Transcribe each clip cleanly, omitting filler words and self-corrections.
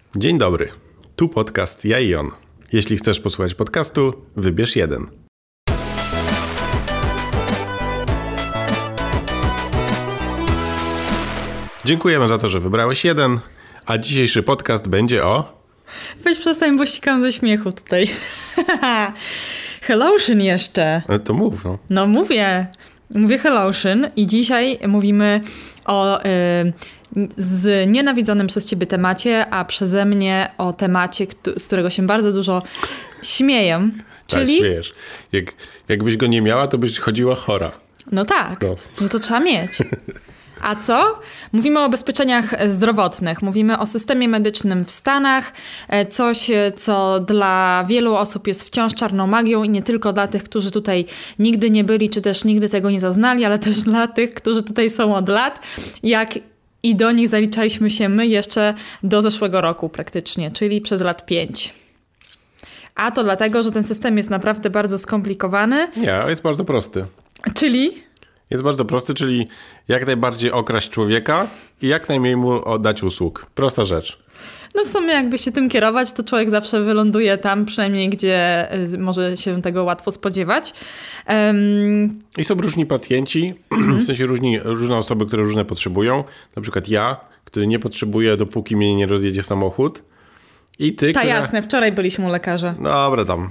Dzień dobry, tu podcast Ja i On. Jeśli chcesz posłuchać podcastu, wybierz jeden. Dziękujemy za to, że wybrałeś jeden, a dzisiejszy podcast będzie o... Weź przestań, bo ścikam ze śmiechu tutaj. Hellotion jeszcze. To mów, no. No mówię Hellotion i dzisiaj mówimy o z nienawidzonym przez ciebie temacie, a przeze mnie o temacie, z którego się bardzo dużo śmieję. Czyli... Tak, śmiejesz. Jakbyś go nie miała, to byś chodziła chora. No tak, no to trzeba mieć. A co? Mówimy o ubezpieczeniach zdrowotnych. Mówimy o systemie medycznym w Stanach. Coś, co dla wielu osób jest wciąż czarną magią i nie tylko dla tych, którzy tutaj nigdy nie byli, czy też nigdy tego nie zaznali, ale też dla tych, którzy tutaj są od lat. I do nich zaliczaliśmy się my jeszcze do zeszłego roku praktycznie, czyli przez lat 5. A to dlatego, że ten system jest naprawdę bardzo skomplikowany. Nie, jest bardzo prosty. Czyli... Jest bardzo prosty, czyli jak najbardziej okraść człowieka i jak najmniej mu oddać usług. Prosta rzecz. No w sumie jakby się tym kierować, to człowiek zawsze wyląduje tam, przynajmniej gdzie może się tego łatwo spodziewać. I są różni pacjenci, w sensie różne osoby, które różne potrzebują. Na przykład ja, który nie potrzebuję, dopóki mnie nie rozjedzie samochód. I ty, jasne, wczoraj byliśmy u lekarza. Dobra, tam.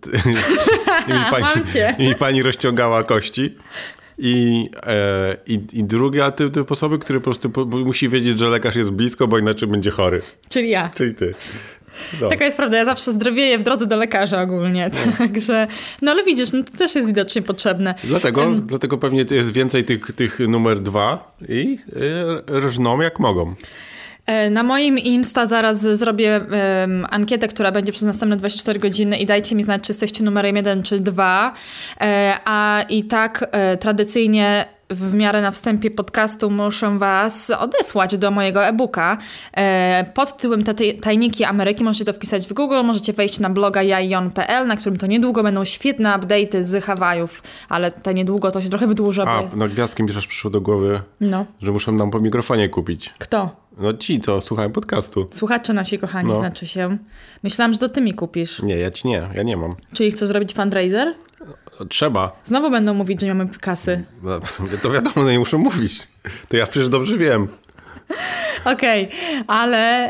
I mi pani rozciągała kości. I druga typ osoby, który po prostu musi wiedzieć, że lekarz jest blisko, bo inaczej będzie chory. Czyli ja. Czyli ty. No. Taka jest prawda, ja zawsze zdrowieję w drodze do lekarza ogólnie, także, no ale widzisz, no to też jest widocznie potrzebne. Dlatego pewnie jest więcej tych numer 2 i rżną jak mogą. Na moim Insta zaraz zrobię ankietę, która będzie przez następne 24 godziny i dajcie mi znać, czy jesteście numerem 1 czy 2. A i tak tradycyjnie w miarę na wstępie podcastu muszę was odesłać do mojego e-booka pod tytułem Tajniki Ameryki. Możecie to wpisać w Google, możecie wejść na bloga jaion.pl, na którym to niedługo będą świetne update'y z Hawajów, ale to niedługo to się trochę wydłuża. No gwiazdki mi też przyszło do głowy, że muszę nam po mikrofonie kupić. Kto? No ci, co słuchają podcastu. Słuchacze nasi kochani, znaczy się. Myślałam, że to ty mi kupisz. Nie, ja nie mam. Czyli chcesz zrobić fundraiser? Trzeba. Znowu będą mówić, że nie mamy kasy. No, to wiadomo, no nie muszę mówić. To ja przecież dobrze wiem. Okej, ale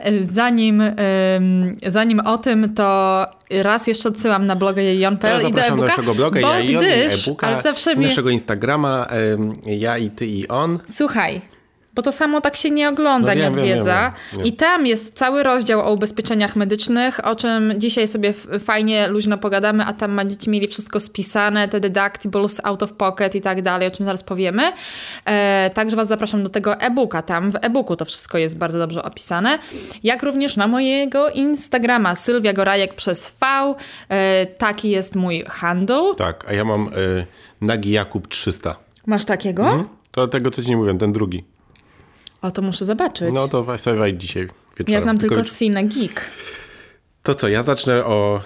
zanim o tym, to raz jeszcze odsyłam na bloga jaion.pl i do e-booka. Naszego bloga Jaion, e-booka, ale zawsze naszego Instagrama ja i ty i on. Słuchaj, bo to samo tak się nie ogląda, nie odwiedza. Wiem. I tam jest cały rozdział o ubezpieczeniach medycznych, o czym dzisiaj sobie fajnie, luźno pogadamy, a tam będziecie mieli wszystko spisane, te deductibles, out of pocket i tak dalej, o czym zaraz powiemy. Także was zapraszam do tego e-booka. Tam w e-booku to wszystko jest bardzo dobrze opisane. Jak również na mojego Instagrama, Sylwia Gorajek przez V. Taki jest mój handle. Tak, a ja mam Nagi Jakub 300. Masz takiego? To tego, co ci nie mówiłem, ten drugi. O, to muszę zobaczyć. No to sobie wejdź dzisiaj wieczorem. Ja znam tylko Sina Geek. To co, ja zacznę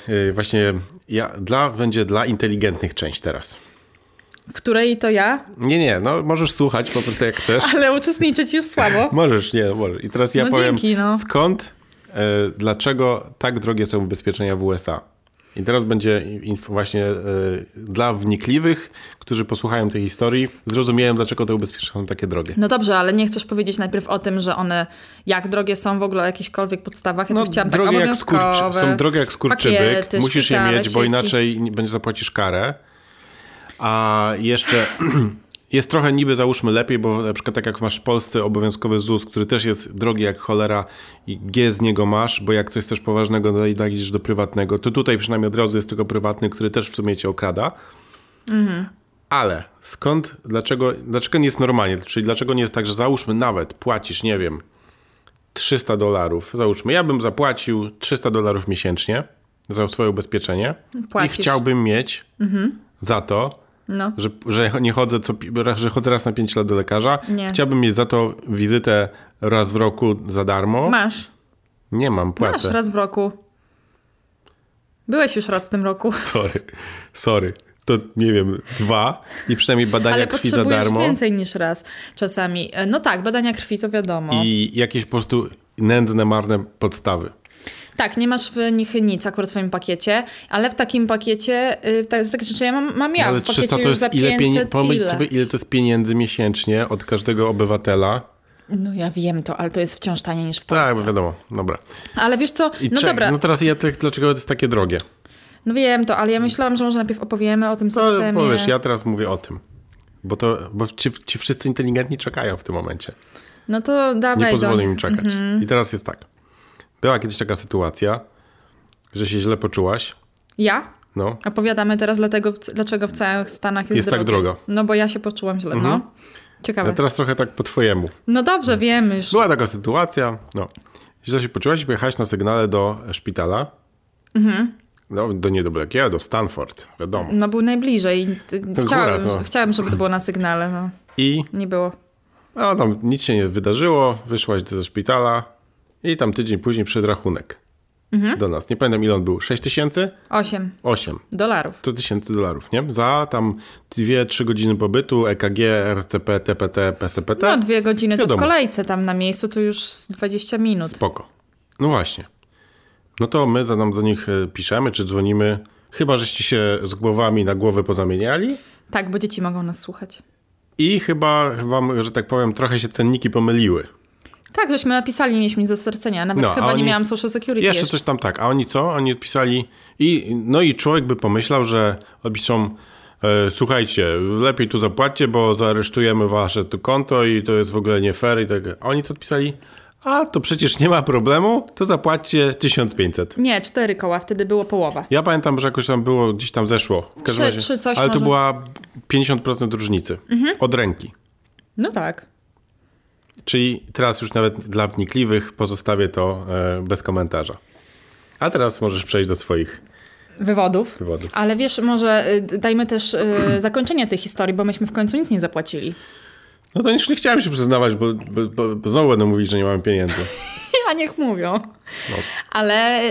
będzie dla inteligentnych część teraz. W której to ja? Nie, no możesz słuchać po prostu jak chcesz. Ale uczestniczyć już słabo. Możesz. I teraz ja powiem, skąd, dlaczego tak drogie są ubezpieczenia w USA. I teraz będzie właśnie dla wnikliwych, którzy posłuchają tej historii, zrozumieją, dlaczego te ubezpieczenia są takie drogie. No dobrze, ale nie chcesz powiedzieć najpierw o tym, że one jak drogie są w ogóle o jakichkolwiek podstawach? Ja tu chciałam tak obowiązkowe. Są drogie jak skurczybyk. Pakiety, musisz szpitale, je mieć, bo sieci. inaczej zapłacisz karę. A jeszcze jest trochę niby załóżmy lepiej, bo na przykład tak jak masz w Polsce obowiązkowy ZUS, który też jest drogi jak cholera i G z niego masz, bo jak coś chcesz poważnego, idziesz do prywatnego, to tutaj przynajmniej od razu jest tylko prywatny, który też w sumie cię okrada. Ale dlaczego nie jest normalnie? Czyli dlaczego nie jest tak, że załóżmy nawet płacisz, nie wiem, $300. Załóżmy, ja bym zapłacił $300 miesięcznie za swoje ubezpieczenie i chciałbym mieć za to, że nie chodzę że chodzę raz na 5 lat do lekarza. Nie. Chciałbym mieć za to wizytę raz w roku za darmo. Masz. Nie mam, płacę. Masz raz w roku. Byłeś już raz w tym roku. Sorry. To nie wiem, 2 i przynajmniej badania krwi za darmo. Ale potrzebujesz więcej niż raz czasami. No tak, badania krwi to wiadomo. I jakieś po prostu nędzne, marne podstawy. Tak, nie masz w nich nic akurat w twoim pakiecie, ale w takim pakiecie, takie rzeczy ja mam ja ale w pakiecie 300 to jest za 500 pomyśl sobie, ile to jest pieniędzy miesięcznie od każdego obywatela. No ja wiem to, ale to jest wciąż taniej niż w Polsce. Tak, wiadomo, dobra. Ale wiesz co, dobra. No teraz dlaczego to jest takie drogie? No wiem to, ale ja myślałam, że może najpierw opowiemy o tym systemie. No powiesz, ja teraz mówię o tym. Bo ci wszyscy inteligentni czekają w tym momencie. No to dawaj. Nie pozwolę im czekać. I teraz jest tak. Była kiedyś taka sytuacja, że się źle poczułaś. Ja? No. Opowiadamy teraz dlaczego w całych Stanach jest tak drogo. No bo ja się poczułam źle, no. Ciekawe. Ja teraz trochę tak po twojemu. No dobrze, wiem już. Była taka sytuacja, no. Źle się poczułaś i pojechałaś na sygnale do szpitala. No, nie do Blackiego, do Stanford, wiadomo. No był najbliżej. Chciałem, żeby to było na sygnale, no. I? Nie było. No tam nic się nie wydarzyło, wyszłaś ze szpitala i tam tydzień później przyszedł rachunek do nas. Nie pamiętam ile on był. 6 tysięcy? 8 dolarów. To $1000, nie? Za tam 2-3 godziny pobytu, EKG, RCP, TPT, PSPT. No 2 godziny to w kolejce tam na miejscu, to już 20 minut. Spoko. No właśnie. No to my do nich piszemy, czy dzwonimy. Chyba, żeście się z głowami na głowę pozamieniali. Tak, bo dzieci mogą nas słuchać. I chyba wam, że tak powiem, trochę się cenniki pomyliły. Tak, żeśmy napisali, mieliśmy nic do stracenia. Nawet chyba nie miałam social security jeszcze. Coś tam tak. A oni co? Oni odpisali i człowiek by pomyślał, że odpiszą słuchajcie, lepiej tu zapłaćcie, bo zaaresztujemy wasze tu konto i to jest w ogóle nie fair i tak. A oni co odpisali? A to przecież nie ma problemu, to zapłaćcie 1500. Nie, 4 koła, wtedy było połowa. Ja pamiętam, że jakoś tam było, gdzieś tam zeszło. W każdym razie, 3 coś ale może. to była 50% różnicy od ręki. No tak. Czyli teraz już nawet dla wnikliwych pozostawię to bez komentarza. A teraz możesz przejść do swoich wywodów. wywodów. Ale wiesz, może dajmy też zakończenie tej historii, bo myśmy w końcu nic nie zapłacili. No to już nie chciałem się przyznawać, bo znowu będę mówić, że nie mamy pieniędzy. Ja niech mówią. No. Ale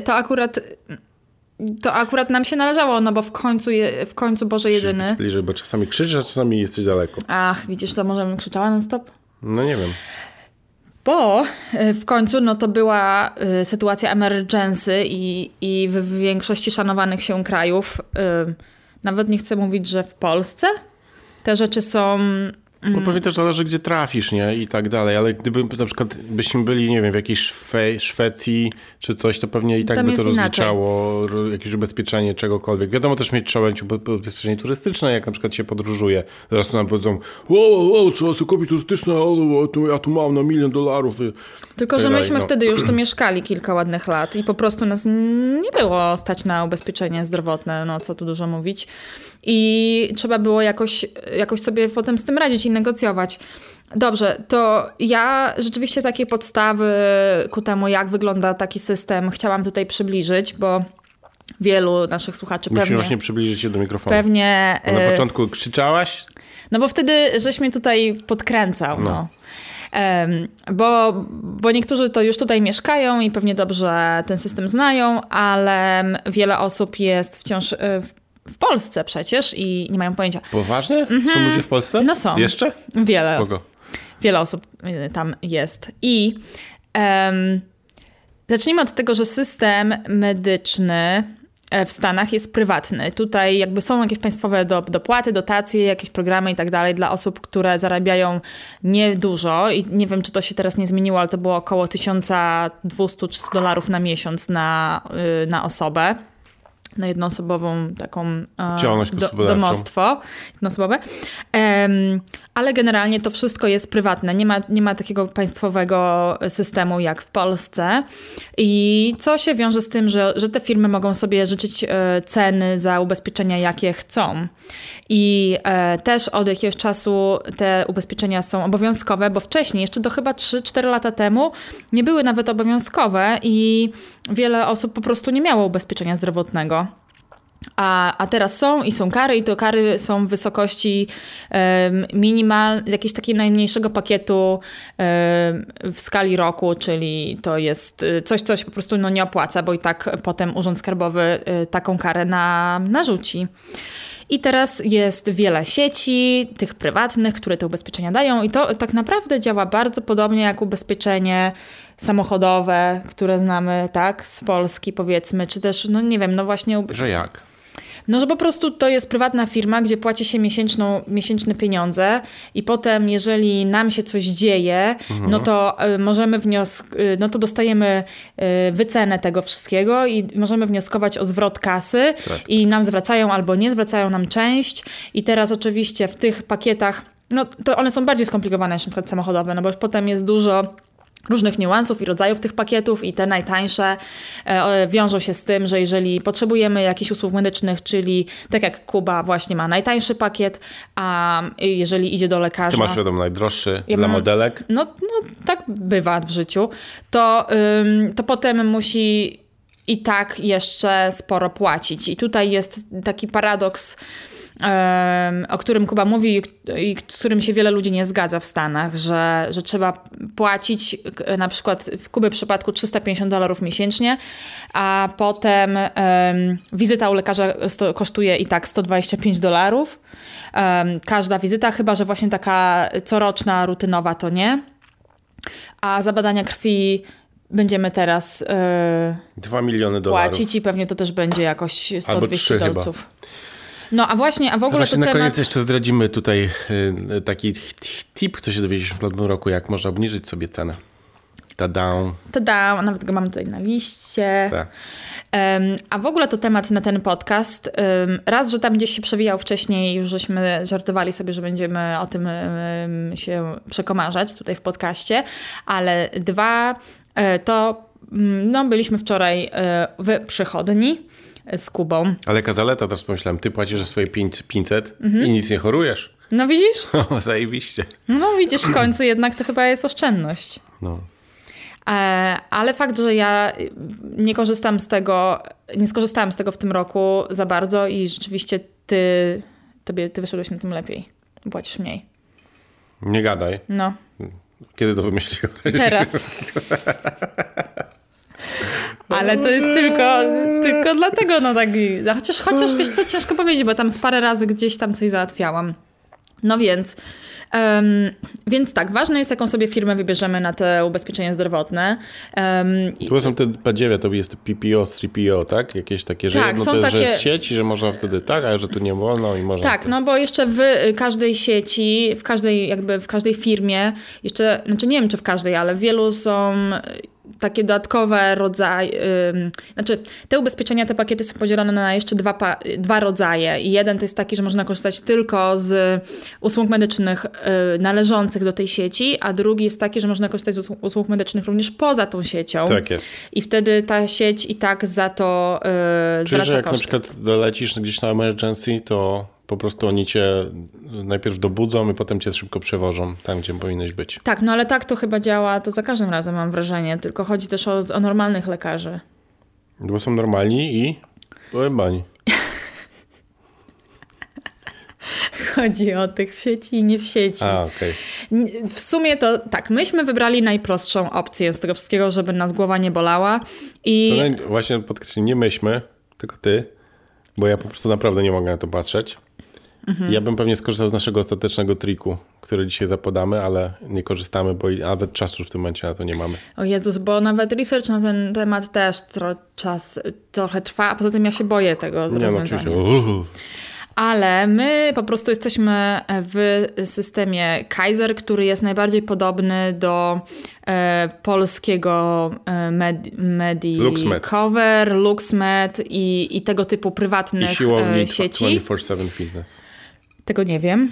to akurat nam się należało, no bo w końcu Boże jedyny. Bliżej, bo czasami krzyczysz, a czasami jesteś daleko. Ach, widzisz, to może bym krzyczała non stop? No nie wiem. Bo w końcu no to była sytuacja emergency i w większości szanowanych się krajów, nawet nie chcę mówić, że w Polsce, te rzeczy są... No pewnie też zależy, gdzie trafisz, nie? I tak dalej, ale gdyby na przykład byśmy byli, nie wiem, w jakiejś Szwecji czy coś, to pewnie i tak tam by to inaczej. rozliczało jakieś ubezpieczenie czegokolwiek. Wiadomo, też trzeba mieć ubezpieczenie turystyczne, jak na przykład się podróżuje. Teraz nam powiedzą, wow, trzeba sobie kupić turystyczne, ja tu mam na $1 milion. Tylko, że myśmy wtedy już tu mieszkali kilka ładnych lat i po prostu nas nie było stać na ubezpieczenie zdrowotne, no co tu dużo mówić. I trzeba było jakoś sobie potem z tym radzić i negocjować. Dobrze, to ja rzeczywiście takie podstawy ku temu, jak wygląda taki system, chciałam tutaj przybliżyć, bo wielu naszych słuchaczy Musisz pewnie... właśnie przybliżyć się do mikrofonu. Pewnie... Bo na początku krzyczałaś? No bo wtedy żeś mnie tutaj podkręcał, no. Bo niektórzy to już tutaj mieszkają i pewnie dobrze ten system znają, ale wiele osób jest wciąż w Polsce przecież i nie mają pojęcia. Poważnie? Są ludzie w Polsce? No są. Jeszcze? Wiele. Spoko. Wiele osób tam jest. I zacznijmy od tego, że system medyczny w Stanach jest prywatny. Tutaj jakby są jakieś państwowe dopłaty, dotacje, jakieś programy i tak dalej dla osób, które zarabiają niedużo i nie wiem, czy to się teraz nie zmieniło, ale to było około $1200-300 na miesiąc na osobę. Na jednoosobową taką domostwo jednoosobowe. Ale generalnie to wszystko jest prywatne. Nie ma takiego państwowego systemu jak w Polsce. I co się wiąże z tym, że te firmy mogą sobie życzyć ceny za ubezpieczenia, jakie chcą. I też od jakiegoś czasu te ubezpieczenia są obowiązkowe, bo wcześniej, jeszcze do chyba 3-4 lata temu, nie były nawet obowiązkowe i wiele osób po prostu nie miało ubezpieczenia zdrowotnego. A teraz są i są kary i to kary są w wysokości jakiegoś takiego najmniejszego pakietu w skali roku, czyli to jest coś po prostu nie opłaca, bo i tak potem Urząd Skarbowy taką karę narzuci. I teraz jest wiele sieci, tych prywatnych, które te ubezpieczenia dają i to tak naprawdę działa bardzo podobnie jak ubezpieczenie samochodowe, które znamy, tak, z Polski powiedzmy, czy też, no nie wiem, no właśnie... Że jak? No, że po prostu to jest prywatna firma, gdzie płaci się miesięczne pieniądze i potem, jeżeli nam się coś dzieje, no to możemy no to dostajemy wycenę tego wszystkiego i możemy wnioskować o zwrot kasy i nam zwracają albo nie zwracają nam część. I teraz oczywiście w tych pakietach, no to one są bardziej skomplikowane niż na przykład samochodowe, no bo już potem jest dużo różnych niuansów i rodzajów tych pakietów i te najtańsze wiążą się z tym, że jeżeli potrzebujemy jakichś usług medycznych, czyli tak jak Kuba właśnie ma najtańszy pakiet, a jeżeli idzie do lekarza... Ty masz wiadomo najdroższy dla modelek. No tak bywa w życiu. To potem musi i tak jeszcze sporo płacić. I tutaj jest taki paradoks, o którym Kuba mówi i z którym się wiele ludzi nie zgadza w Stanach, że trzeba płacić na przykład w Kuby przypadku $350 miesięcznie, a potem wizyta u lekarza kosztuje i tak $125. Każda wizyta, chyba że właśnie taka coroczna, rutynowa to nie. A za badania krwi będziemy teraz $2 miliony płacić i pewnie to też będzie jakoś $100-200 dolców. No a właśnie, a w ogóle właśnie to na temat... koniec jeszcze zdradzimy tutaj taki tip, co się dowiedzieliśmy w tym roku, jak można obniżyć sobie cenę. Tada, nawet go mam tutaj na liście. Tak. A w ogóle to temat na ten podcast. Raz, że tam gdzieś się przewijał wcześniej, już żeśmy żartowali sobie, że będziemy o tym się przekomarzać tutaj w podcaście, ale dwa, to byliśmy wczoraj w przychodni z Kubą. Ale jaka zaleta, teraz pomyślałem, ty płacisz za swoje 500 i nic nie chorujesz. No widzisz? O, zajebiście. No widzisz, w końcu jednak to chyba jest oszczędność. No. Ale fakt, że ja nie skorzystałam z tego w tym roku za bardzo i rzeczywiście ty wyszedłeś na tym lepiej. Płacisz mniej. Nie gadaj. No. Kiedy to wymyśliłeś? Teraz. Ale to jest tylko dlatego, no tak. Chociaż wiesz co, ciężko powiedzieć, bo tam z parę razy gdzieś tam coś załatwiałam. No więc tak, ważne jest, jaką sobie firmę wybierzemy na te ubezpieczenie zdrowotne. Tu są te P9, to jest PPO, 3PO, tak? Jakieś takie, że tak, jedno to jest, że jest sieć i że można wtedy tak, a że tu nie wolno i można... Tak, no bo jeszcze w każdej sieci, w każdej firmie, jeszcze, znaczy nie wiem czy w każdej, ale w wielu są takie dodatkowe rodzaje, te ubezpieczenia, te pakiety są podzielone na jeszcze dwa rodzaje. I jeden to jest taki, że można korzystać tylko z usług medycznych należących do tej sieci, a drugi jest taki, że można korzystać z usług medycznych również poza tą siecią. Tak jest. I wtedy ta sieć i tak za to Czyli, zwraca że jak koszty. na przykład dolecisz gdzieś na emergency, to po prostu oni cię najpierw dobudzą i potem cię szybko przewożą tam, gdzie powinieneś być. Tak, no ale tak to chyba działa, to za każdym razem mam wrażenie, tylko chodzi też o normalnych lekarzy. Bo są normalni i pojebani. Chodzi o tych w sieci i nie w sieci. A, okej. W sumie to tak, myśmy wybrali najprostszą opcję z tego wszystkiego, żeby nas głowa nie bolała. I To właśnie podkreślę, nie myśmy, tylko ty, bo ja po prostu naprawdę nie mogę na to patrzeć. Ja bym pewnie skorzystał z naszego ostatecznego triku, który dzisiaj zapodamy, ale nie korzystamy, bo nawet czasu w tym momencie na to nie mamy. o Jezus, bo nawet research na ten temat też trochę trwa, a poza tym ja się boję tego rozwiązania. Ale my po prostu jesteśmy w systemie Kaiser, który jest najbardziej podobny do polskiego Medicover, LuxMed i tego typu prywatnych I siłowni sieci. 24/7 Fitness. Tego nie wiem.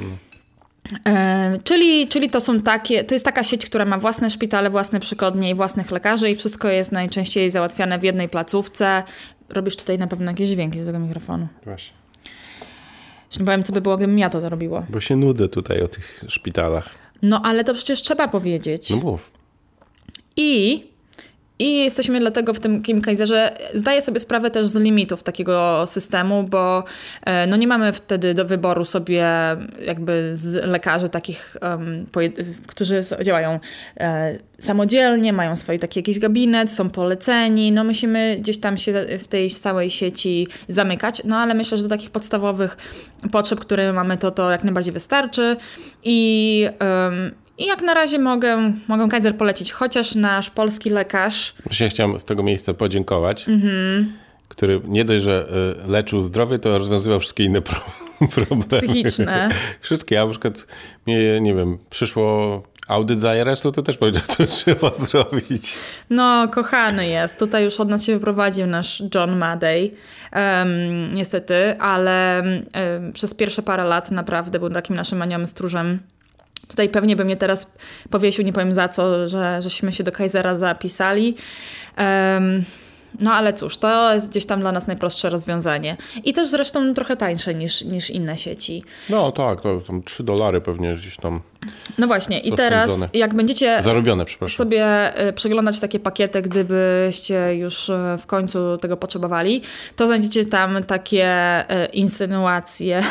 Czyli to jest taka sieć, która ma własne szpitale, własne przychodnie i własnych lekarzy i wszystko jest najczęściej załatwiane w jednej placówce. Robisz tutaj na pewno jakieś dźwięki do tego mikrofonu. Właśnie. Już nie powiem, co by było, gdybym ja to robiło. Bo się nudzę tutaj o tych szpitalach. No ale to przecież trzeba powiedzieć. No mów. I I jesteśmy dlatego w tym Kaiserze. Zdaję sobie sprawę też z limitów takiego systemu, bo no nie mamy wtedy do wyboru sobie jakby z lekarzy takich, którzy działają samodzielnie, mają swój taki jakiś gabinet, są poleceni. No musimy gdzieś tam się w tej całej sieci zamykać. No ale myślę, że do takich podstawowych potrzeb, które mamy, to jak najbardziej wystarczy. I jak na razie mogę Kaiser polecić, chociaż nasz polski lekarz... Właśnie chciałem z tego miejsca podziękować, który nie dość, że leczył zdrowie, to rozwiązywał wszystkie inne problemy. Psychiczne. Wszystkie. Ja na przykład mnie, nie wiem, przyszło audyt za aresztu, to też powiedział, co trzeba zrobić. No, kochany jest. Tutaj już od nas się wyprowadził nasz John Madej. Niestety, ale przez pierwsze parę lat naprawdę był takim naszym aniołem stróżem. Tutaj pewnie by mnie teraz powiesił, nie powiem za co, żeśmy się do Kaisera zapisali. No ale cóż, to jest gdzieś tam dla nas najprostsze rozwiązanie. I też zresztą trochę tańsze niż inne sieci. No tak, to tam $3 pewnie gdzieś tam. No właśnie i teraz jak będziecie zarobione, sobie przeglądać takie pakiety, gdybyście już w końcu tego potrzebowali, to znajdziecie tam takie insynuacje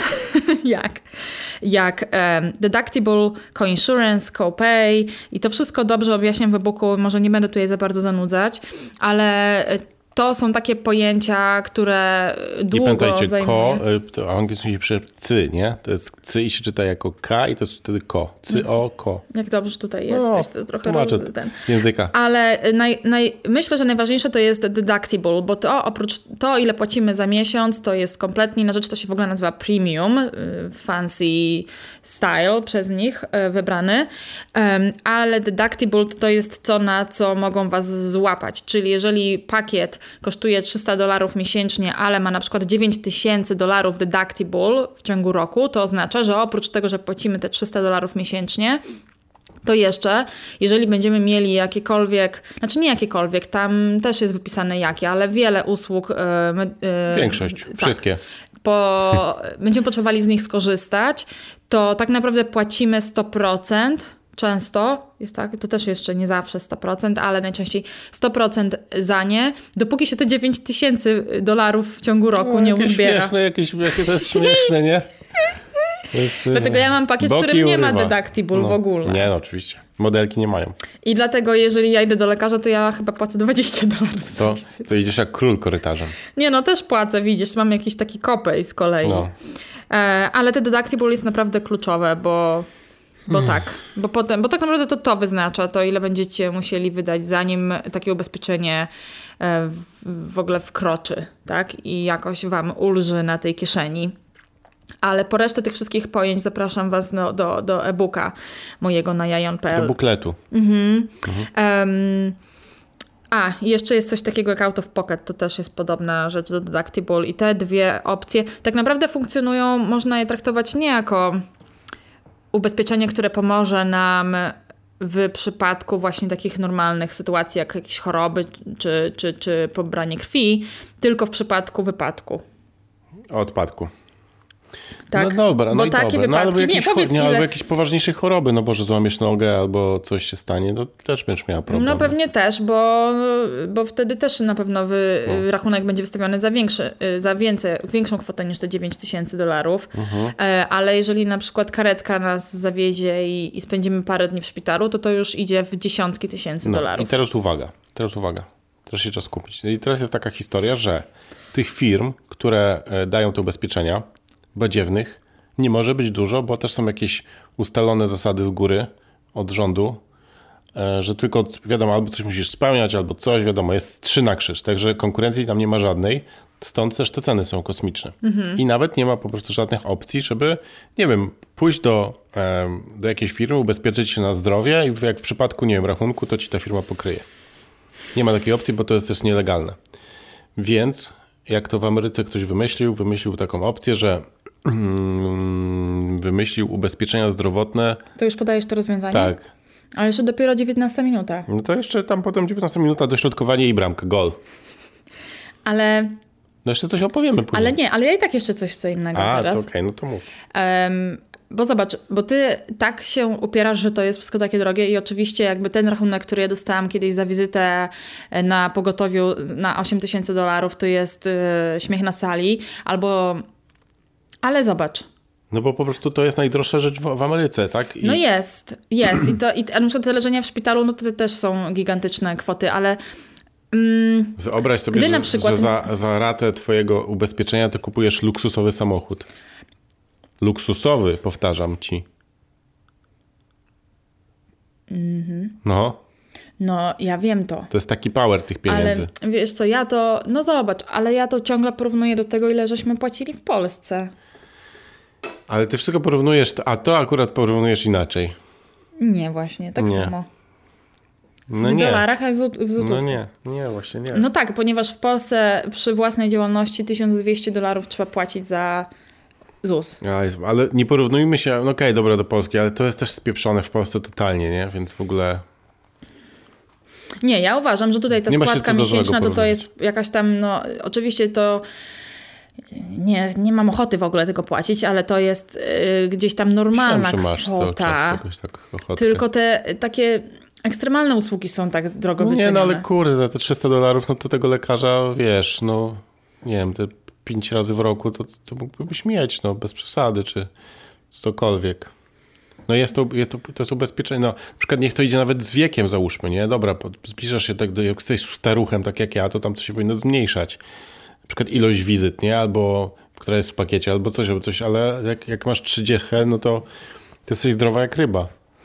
jak deductible, co-insurance, co-pay i to wszystko dobrze objaśniam w e-booku, może nie będę tutaj za bardzo zanudzać, ale to są takie pojęcia, które długo I pamiętajcie, zajmuje. To angielskie się pisze cy, nie? To jest cy i się czyta jako k i to jest wtedy ko. Ko. Jak dobrze tutaj jesteś, to trochę języka. Ale myślę, że najważniejsze to jest deductible, bo to oprócz to, ile płacimy za miesiąc, to jest kompletnie inna rzecz, to się w ogóle nazywa premium, fancy style przez nich wybrany, ale deductible to jest na co mogą was złapać, czyli jeżeli pakiet kosztuje $300 miesięcznie, ale ma na przykład $9,000 deductible w ciągu roku, to oznacza, że oprócz tego, że płacimy te $300 miesięcznie, to jeszcze, jeżeli będziemy mieli jakiekolwiek, znaczy nie jakiekolwiek, tam też jest wypisane jakie, ale wiele usług. Większość, wszystkie. Będziemy potrzebowali z nich skorzystać, to tak naprawdę płacimy 100%. Często jest tak, to też jeszcze nie zawsze 100%, ale najczęściej 100% za nie, dopóki się te $9,000 w ciągu roku nie uzbiera. Jakie to jest śmieszne, nie? Dlatego ja mam pakiet, w którym nie ma deductible w ogóle. Nie, no oczywiście. Modelki nie mają. I dlatego jeżeli ja idę do lekarza, to ja chyba płacę $20. To idziesz jak król korytarzem. Nie no, też płacę, widzisz, mam jakiś taki kopej z kolei. No. Ale te deductible jest naprawdę kluczowe, bo tak naprawdę to wyznacza to, ile będziecie musieli wydać, zanim takie ubezpieczenie w ogóle wkroczy, tak? I jakoś wam ulży na tej kieszeni. Ale po resztę tych wszystkich pojęć zapraszam was do e-booka mojego na jajon.pl. Do bukletu. I jeszcze jest coś takiego jak out of pocket, to też jest podobna rzecz do deductible i te dwie opcje tak naprawdę funkcjonują, można je traktować nie jako ubezpieczenie, które pomoże nam w przypadku właśnie takich normalnych sytuacji, jak jakieś choroby czy pobranie krwi, tylko w przypadku wypadku. Odpadku. Tak. No dobra, bo takie wypadki, albo jakieś poważniejsze choroby, no bo że złamiesz nogę albo coś się stanie, to też będziesz miała problem. No pewnie też, bo wtedy też na pewno rachunek będzie wystawiony za większą kwotę niż te $9,000. Ale jeżeli na przykład karetka nas zawiezie i spędzimy parę dni w szpitalu, to już idzie w dziesiątki tysięcy dolarów. I teraz uwaga. Teraz się czas kupić. I teraz jest taka historia, że tych firm, które dają te ubezpieczenia badziewnych, nie może być dużo, bo też są jakieś ustalone zasady z góry od rządu, że tylko wiadomo, albo coś musisz spełniać, albo coś, wiadomo, jest 3 na krzyż, także konkurencji tam nie ma żadnej, stąd też te ceny są kosmiczne. I nawet nie ma po prostu żadnych opcji, żeby, nie wiem, pójść do jakiejś firmy, ubezpieczyć się na zdrowie i jak w przypadku, nie wiem, rachunku, to ci ta firma pokryje. Nie ma takiej opcji, bo to jest też nielegalne. Więc jak to w Ameryce ktoś wymyślił taką opcję, że wymyślił ubezpieczenia zdrowotne. To już podajesz to rozwiązanie? Tak. Ale jeszcze dopiero 19 minuta. No to jeszcze tam potem 19 minuta, dośrodkowanie i bramka, gol. Ale... No jeszcze coś opowiemy później. Ale ja i tak jeszcze coś co innego teraz. to okej, no to mów. Bo zobacz, bo ty tak się upierasz, że to jest wszystko takie drogie i oczywiście jakby ten rachunek, który ja dostałam kiedyś za wizytę na pogotowiu na $8,000 to jest śmiech na sali, ale zobacz. No bo po prostu to jest najdroższa rzecz w Ameryce, tak? No jest. A na przykład te leżenia w szpitalu, no to też są gigantyczne kwoty, ale... Wyobraź sobie, na przykład... że za ratę twojego ubezpieczenia to kupujesz luksusowy samochód. Luksusowy, powtarzam ci. No. No, ja wiem to. To jest taki power tych pieniędzy. Ale wiesz co, no zobacz, ale ja to ciągle porównuję do tego, ile żeśmy płacili w Polsce. Ale ty wszystko porównujesz, a to akurat porównujesz inaczej. Nie, właśnie, tak samo. No w nie. dolarach, a w złotówkach. No nie, właśnie nie. No tak, ponieważ w Polsce przy własnej działalności $1,200 trzeba płacić za ZUS. Ale nie porównujmy się, no okej, dobra, do Polski, ale to jest też spieprzone w Polsce totalnie, nie? Więc w ogóle... Nie, ja uważam, że tutaj ta składka miesięczna to jest jakaś tam, no oczywiście to nie mam ochoty w ogóle tego płacić, ale to jest gdzieś tam normalna kwota. Tak ochotkę. Tylko te takie ekstremalne usługi są tak drogo wycenione. Nie, no ale kurde, za te $300, no to tego lekarza, wiesz, no nie wiem, te 5 razy w roku to mógłbyś mieć, no bez przesady, czy cokolwiek. No to jest ubezpieczenie, no na przykład niech to idzie nawet z wiekiem, załóżmy, nie? Dobra, zbliżasz się tak, jak jesteś staruchem, tak jak ja, to tam to się powinno zmniejszać. Na przykład ilość wizyt, nie? Albo, która jest w pakiecie, albo coś, ale jak masz 30, no to ty jesteś zdrowa jak ryba.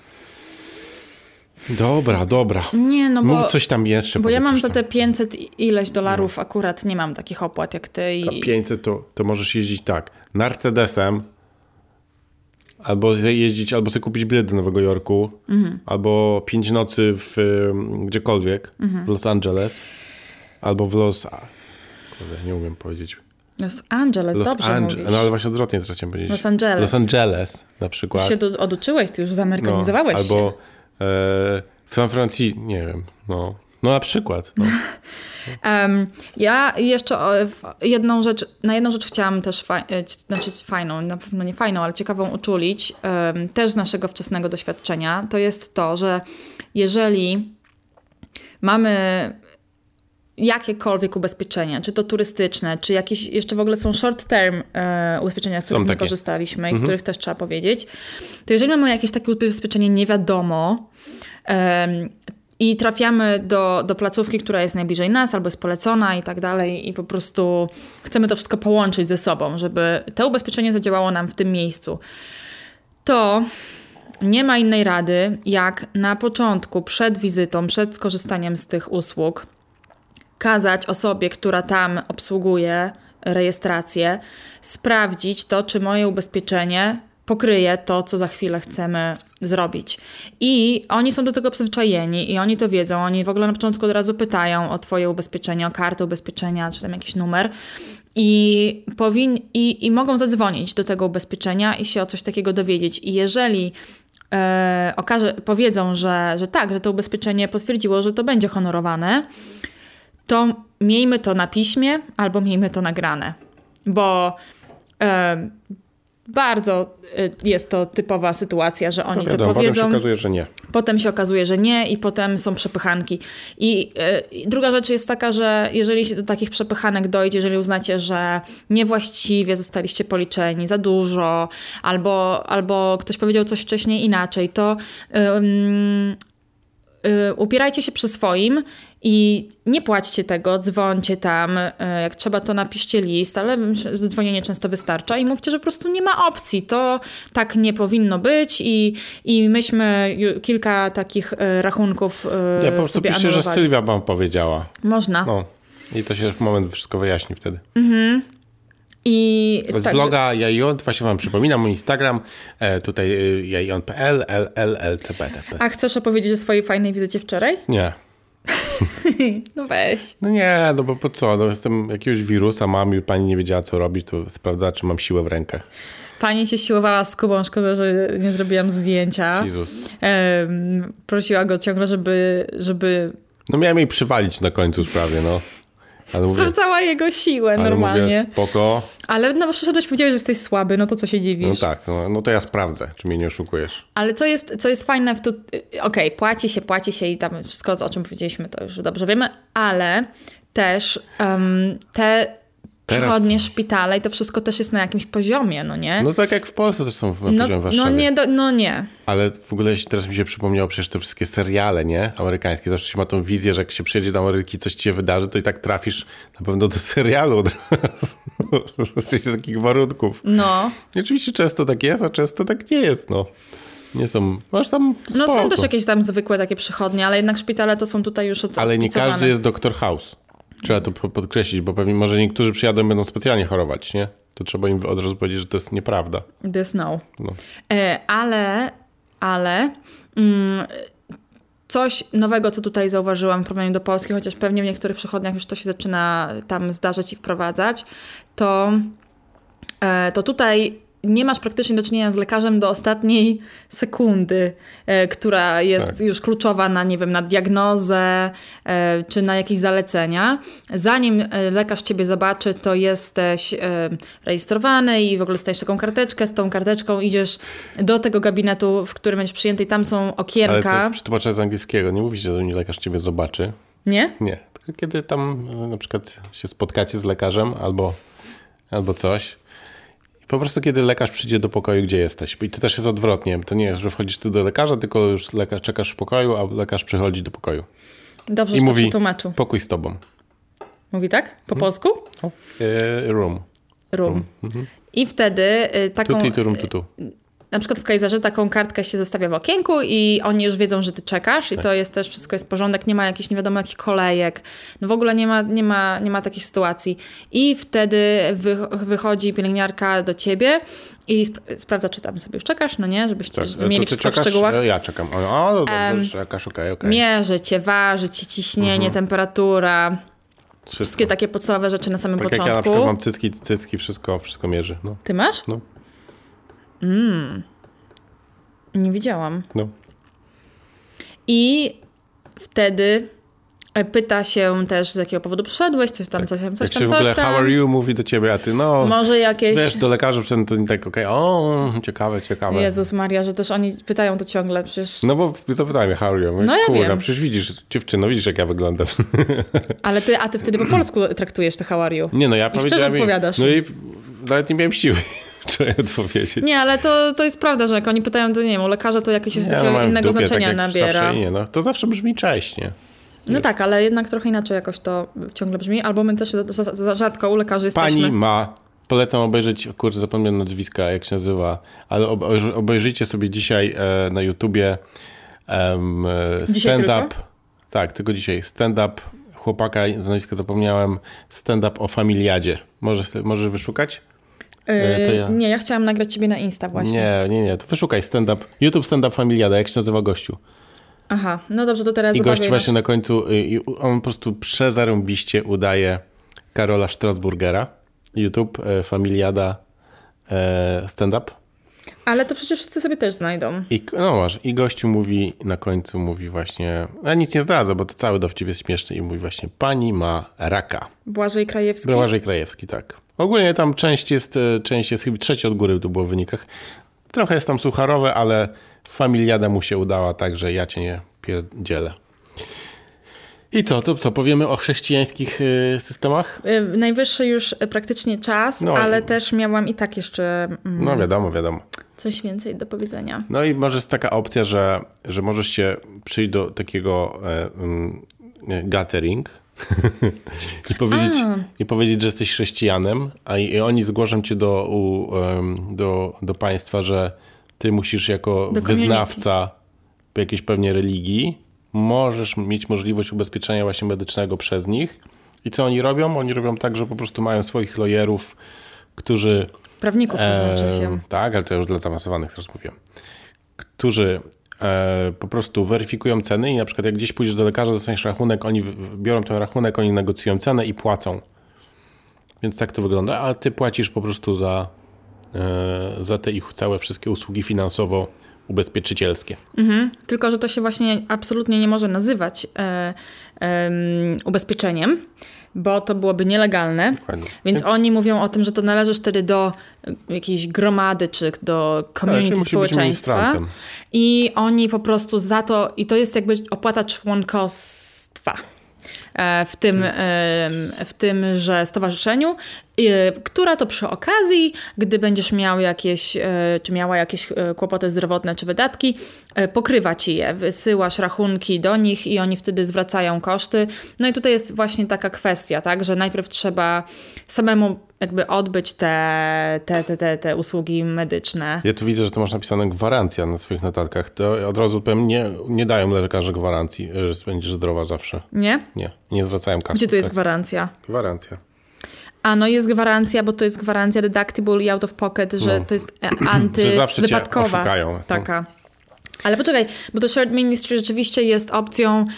Dobra. Nie, no mów coś tam jeszcze. Bo ja mam za te 500 ileś dolarów akurat nie mam takich opłat jak ty. I 500 to możesz jeździć tak, Mercedesem, albo jeździć, albo sobie kupić bilet do Nowego Jorku, albo 5 nocy gdziekolwiek, w Los Angeles, albo w nie umiem powiedzieć. Los Angeles, dobrze mówisz. No ale właśnie odwrotnie teraz chciałem powiedzieć. Los Angeles na przykład. Ty się oduczyłeś, ty już zamerykanizowałeś się. Albo w San Francisco, nie wiem, no na przykład. No. Ja jeszcze na jedną rzecz chciałam też fajną, na pewno nie fajną, ale ciekawą uczulić, też z naszego wczesnego doświadczenia, to jest to, że jeżeli mamy jakiekolwiek ubezpieczenia, czy to turystyczne, czy jakieś jeszcze w ogóle są short term ubezpieczenia, z których my korzystaliśmy i których też trzeba powiedzieć, to jeżeli mamy jakieś takie ubezpieczenie nie wiadomo i trafiamy do placówki, która jest najbliżej nas albo jest polecona i tak dalej i po prostu chcemy to wszystko połączyć ze sobą, żeby to ubezpieczenie zadziałało nam w tym miejscu, to nie ma innej rady, jak na początku, przed wizytą, przed skorzystaniem z tych usług, kazać osobie, która tam obsługuje rejestrację, sprawdzić to, czy moje ubezpieczenie pokryje to, co za chwilę chcemy zrobić. I oni są do tego przyzwyczajeni i oni to wiedzą. Oni w ogóle na początku od razu pytają o twoje ubezpieczenie, o kartę ubezpieczenia, czy tam jakiś numer. I mogą zadzwonić do tego ubezpieczenia i się o coś takiego dowiedzieć. I jeżeli powiedzą, że tak, że to ubezpieczenie potwierdziło, że to będzie honorowane, to miejmy to na piśmie albo miejmy to nagrane. Bo bardzo jest to typowa sytuacja, że oni to powiedzą. Potem się okazuje, że nie. Potem się okazuje, że nie i potem są przepychanki. I druga rzecz jest taka, że jeżeli się do takich przepychanek dojdzie, jeżeli uznacie, że niewłaściwie zostaliście policzeni, za dużo, albo ktoś powiedział coś wcześniej inaczej, to upierajcie się przy swoim i nie płaćcie tego, dzwońcie tam, jak trzeba to napiszcie list, ale dzwonienie często wystarcza i mówcie, że po prostu nie ma opcji, to tak nie powinno być i myśmy kilka takich rachunków ja po prostu piszę, że Sylwia wam powiedziała. Można. No. I to się w moment wszystko wyjaśni wtedy. Z bloga Jaion, właśnie wam przypominam, mój Instagram, tutaj jaion.pl, LLCPTP. A chcesz opowiedzieć o swojej fajnej wizycie wczoraj? Nie. No weź. No nie, no bo po co? No jestem jakiegoś wirusa, mam i pani nie wiedziała co robić, to sprawdzała, czy mam siłę w rękach. Pani się siłowała z Kubą, szkoda, że nie zrobiłam zdjęcia. Jezus. Prosiła go ciągle, żeby... No miałem jej przywalić na końcu sprawie, no. Ale sprawdzała jego siłę normalnie. Mówię, spoko. Ale no bo przyszedłeś, powiedziałeś, że jesteś słaby, no to co się dziwisz? No tak, no to ja sprawdzę, czy mnie nie oszukujesz. Ale co jest fajne w okej, płaci się i tam wszystko, o czym powiedzieliśmy, to już dobrze wiemy, ale też te przychodnie, szpitale i to wszystko też jest na jakimś poziomie, no nie? No tak jak w Polsce też są na poziomie Warszawy. No nie. Ale w ogóle teraz mi się przypomniało przecież te wszystkie seriale, nie? Amerykańskie. Zawsze się ma tą wizję, że jak się przyjedzie do Ameryki, coś ci się wydarzy, to i tak trafisz na pewno do serialu od razu. Z takich warunków. No. I oczywiście często tak jest, a często tak nie jest, no. Nie są, masz tam spoko. No są też jakieś tam zwykłe takie przychodnie, ale jednak szpitale to są tutaj już Ale nie każdy jest Dr. House. Trzeba to podkreślić, bo pewnie może niektórzy przyjadą i będą specjalnie chorować, nie? To trzeba im od razu powiedzieć, że to jest nieprawda. This no. Ale coś nowego, co tutaj zauważyłam w porównaniu do Polski, chociaż pewnie w niektórych przychodniach już to się zaczyna tam zdarzać i wprowadzać, to tutaj nie masz praktycznie do czynienia z lekarzem do ostatniej sekundy, która jest już kluczowa na, nie wiem, na diagnozę czy na jakieś zalecenia. Zanim lekarz ciebie zobaczy, to jesteś rejestrowany i w ogóle stajesz taką karteczkę. Z tą karteczką idziesz do tego gabinetu, w którym będziesz przyjęty i tam są okienka. Ale to przetłumaczę z angielskiego. Nie mówi się, że lekarz ciebie zobaczy. Nie? Nie. Tylko kiedy tam na przykład się spotkacie z lekarzem albo coś. Po prostu kiedy lekarz przyjdzie do pokoju, gdzie jesteś. I to też jest odwrotnie. To nie jest, że wchodzisz ty do lekarza, tylko już czekasz w pokoju, a lekarz przychodzi do pokoju. Dobrze, i że mówi, to przetłumaczył. Pokój z tobą. Mówi tak? Po polsku? Room. I wtedy taką... Tutu. Na przykład w Kaiserze taką kartkę się zostawia w okienku i oni już wiedzą, że ty czekasz i to jest też, wszystko jest porządek, nie ma jakichś nie wiadomo jakich kolejek, no w ogóle nie ma takich sytuacji. I wtedy wychodzi pielęgniarka do ciebie i sprawdza, czy tam sobie już czekasz, no nie, żebyście mieli wszystko w szczegółach. Ja czekam. O, dobrze, czekasz, okej. Mierzy cię, waży cię, ciśnienie, temperatura, wszystkie takie podstawowe rzeczy na samym początku. Jak ja na przykład mam cycki, wszystko mierzy. No. Ty masz? No. Nie widziałam. No. I wtedy pyta się też, z jakiego powodu przyszedłeś, coś tam. Jak się w ogóle how are you mówi do ciebie, a ty może jakieś... Wiesz, do lekarza przyszedłem, to nie tak ciekawe. Jezus Maria, że też oni pytają to ciągle przecież. No bo zapytałem mnie how are you. Mówię, no ja wiem. Przecież widzisz, dziewczyno, widzisz jak ja wyglądam. Ale ty wtedy po polsku traktujesz to how are you. Nie, no ja powiedziałem... szczerze odpowiadasz. No i nawet nie miałem siły. Trzeba odpowiedzieć. Nie, ale to jest prawda, że jak oni pytają, to nie wiem, u lekarza to jakieś takiego innego znaczenia tak nabiera. Zawsze, nie, no. To zawsze brzmi cześć, nie? No tak, ale jednak trochę inaczej jakoś to ciągle brzmi, albo my też za rzadko u lekarzy jesteśmy. Pani ma, polecam obejrzeć, zapomniałem nazwiska, jak się nazywa, ale obejrzyjcie sobie dzisiaj na YouTubie stand-up. Tak, tylko dzisiaj. Stand-up chłopaka, z nazwiska zapomniałem, stand-up o familiadzie. Możesz wyszukać? Nie, ja chciałam nagrać ciebie na Insta właśnie. Nie, to wyszukaj YouTube stand-up familiada, jak się nazywa gościu. Aha, no dobrze, to teraz I gość właśnie na końcu, on po prostu przezarąbiście udaje Karola Strasburgera. YouTube, familiada, stand-up. Ale to przecież wszyscy sobie też znajdą. I gościu mówi, na końcu mówi właśnie, ja nic nie zdradza, bo to cały dowcip jest śmieszny i mówi właśnie, pani ma raka. Błażej Krajewski? Błażej Krajewski, tak. Ogólnie tam część jest chyba trzecie od góry, to było w wynikach. Trochę jest tam sucharowe, ale familiada mu się udała, także ja cię nie pierdzielę. I co powiemy o chrześcijańskich systemach? Najwyższy już praktycznie czas, ale też miałam i tak jeszcze... No wiadomo. Coś więcej do powiedzenia. No i może jest taka opcja, że możesz się przyjść do takiego gathering i powiedzieć, że jesteś chrześcijanem, i oni zgłoszą cię do państwa, że ty musisz jako wyznawca jakiejś pewnie religii, możesz mieć możliwość ubezpieczenia właśnie medycznego przez nich. I co oni robią? Oni robią tak, że po prostu mają swoich lawyerów, którzy... Prawników to znaczy się. Tak, ale to już dla zaawansowanych teraz mówiłem. Którzy po prostu weryfikują ceny i na przykład jak gdzieś pójdziesz do lekarza, dostaniesz rachunek, oni biorą ten rachunek, oni negocjują cenę i płacą. Więc tak to wygląda, a ty płacisz po prostu za te ich całe wszystkie usługi finansowo-ubezpieczycielskie. Tylko, że to się właśnie absolutnie nie może nazywać ubezpieczeniem, bo to byłoby nielegalne. Dokładnie. Więc oni mówią o tym, że to należysz wtedy do jakiejś gromady, czy do community społeczeństwa. I oni po prostu za to, i to jest jakby opłata członkostwa w tymże stowarzyszeniu, która to przy okazji, gdy będziesz miał jakieś, czy miała jakieś kłopoty zdrowotne czy wydatki, pokrywa ci je. Wysyłasz rachunki do nich i oni wtedy zwracają koszty. No i tutaj jest właśnie taka kwestia, tak, że najpierw trzeba samemu jakby odbyć te usługi medyczne. Ja tu widzę, że to masz napisane gwarancja na swoich notatkach. To od razu powiem, nie dają lekarze gwarancji, że będziesz zdrowa zawsze. Nie? Nie zwracają kasy. Gdzie tu jest gwarancja? Gwarancja. A no jest gwarancja, bo to jest gwarancja deductible i out of pocket, że to jest antywypadkowa. Że zawsze cię oszukają. Taka. Ale poczekaj, bo to shared ministry rzeczywiście jest opcją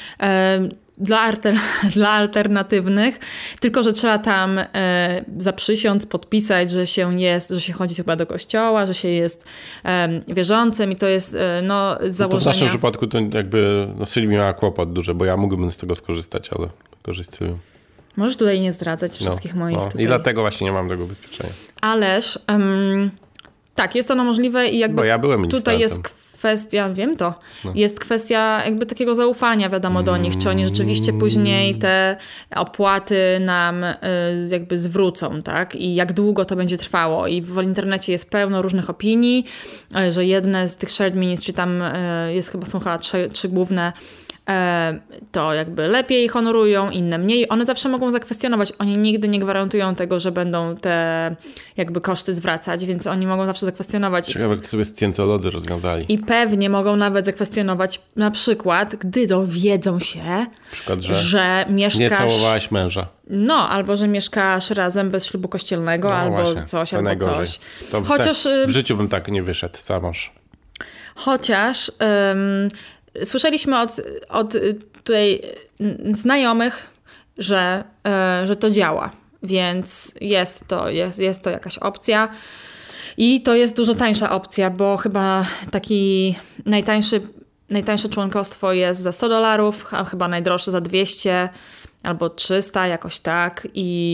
dla alternatywnych, tylko że trzeba tam zaprzysiąc, podpisać, że się chodzi chyba do kościoła, że się jest wierzącym i to jest z założenia... To w naszym przypadku to jakby Sylwia miała kłopot duży, bo ja mógłbym z tego skorzystać, ale gorzej z Sylwią. Możesz tutaj nie zdradzać wszystkich moich tutaj. I dlatego właśnie nie mam tego ubezpieczenia. Ależ tak, jest ono możliwe i jakby bo ja byłem ministrantem. Tutaj jest kwestia, wiem to, jest kwestia jakby takiego zaufania wiadomo do nich, czy oni rzeczywiście później te opłaty nam jakby zwrócą, tak? I jak długo to będzie trwało. I w internecie jest pełno różnych opinii, że jedne z tych shared ministry tam są chyba trzy główne, to jakby lepiej honorują, inne mniej. One zawsze mogą zakwestionować. Oni nigdy nie gwarantują tego, że będą te jakby koszty zwracać, więc oni mogą zawsze zakwestionować. Ciekawe, jak to sobie scjentolodzy rozwiązali. I pewnie mogą nawet zakwestionować na przykład, gdy dowiedzą się, że mieszkasz... Nie całowałaś męża. No, albo że mieszkasz razem bez ślubu kościelnego, albo właśnie, coś, albo najgorzej. coś. To chociaż... w życiu bym tak nie wyszedł za mąż. Chociaż... Słyszeliśmy od tutaj znajomych, że to działa, więc jest to jakaś opcja i to jest dużo tańsza opcja, bo chyba taki najtańsze członkostwo jest za $100, a chyba najdroższe za 200 albo 300, jakoś tak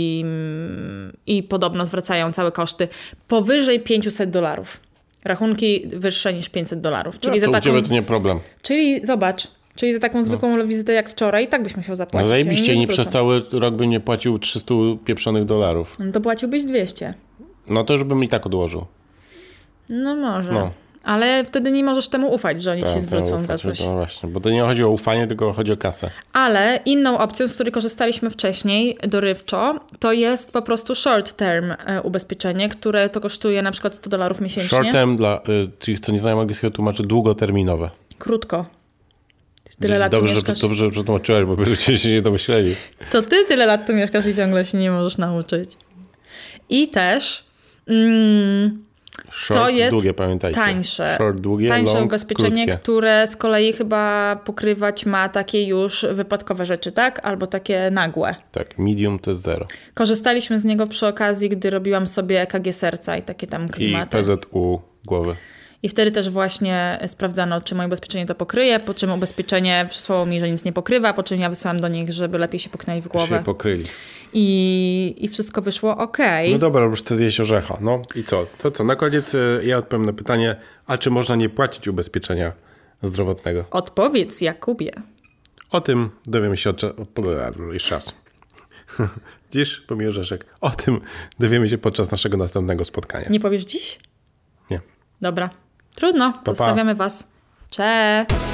i podobno zwracają całe koszty powyżej $500. Rachunki wyższe niż $500. Czyli to u ciebie to nie problem. Czyli zobacz, za taką zwykłą wizytę jak wczoraj i tak byś musiał zapłacić. No zajebiście, nie przez cały rok bym nie płacił $300. No to płaciłbyś 200. No to już bym i tak odłożył. No może. Ale wtedy nie możesz temu ufać, że oni ci zwrócą za coś. No właśnie, bo to nie chodzi o ufanie, tylko chodzi o kasę. Ale inną opcją, z której korzystaliśmy wcześniej, dorywczo, to jest po prostu short term ubezpieczenie, które to kosztuje na przykład $100 miesięcznie. Short term dla tych, co nie znają angielskiego, tłumaczy długoterminowe. Krótko. Tyle lat tu mieszkasz. Dobrze przetłumaczyłaś, bo byście się nie domyśleli. To ty tyle lat tu mieszkasz i ciągle się nie możesz nauczyć. I też... Short, to jest długie, pamiętajcie. Tańsze long, ubezpieczenie, krótkie. które z kolei chyba pokrywać ma takie już wypadkowe rzeczy, tak? Albo takie nagłe. Tak, medium to jest 0. Korzystaliśmy z niego przy okazji, gdy robiłam sobie EKG serca i takie tam klimaty. I PZU głowy. I wtedy też właśnie sprawdzano, czy moje ubezpieczenie to pokryje, po czym ubezpieczenie przysłało mi, że nic nie pokrywa, po czym ja wysłałam do nich, żeby lepiej się puknęli w głowę. Się pokryli. I wszystko wyszło okej. No dobra, już chcę zjeść orzecha. No i co? To co? Na koniec ja odpowiem na pytanie, a czy można nie płacić ubezpieczenia zdrowotnego? Odpowiedz, Jakubie. O tym dowiemy się jeszcze raz. Dziś pomimo orzeszek. O tym dowiemy się podczas naszego następnego spotkania. Nie powiesz dziś? Nie. Dobra. Trudno. Zostawiamy was. Cześć.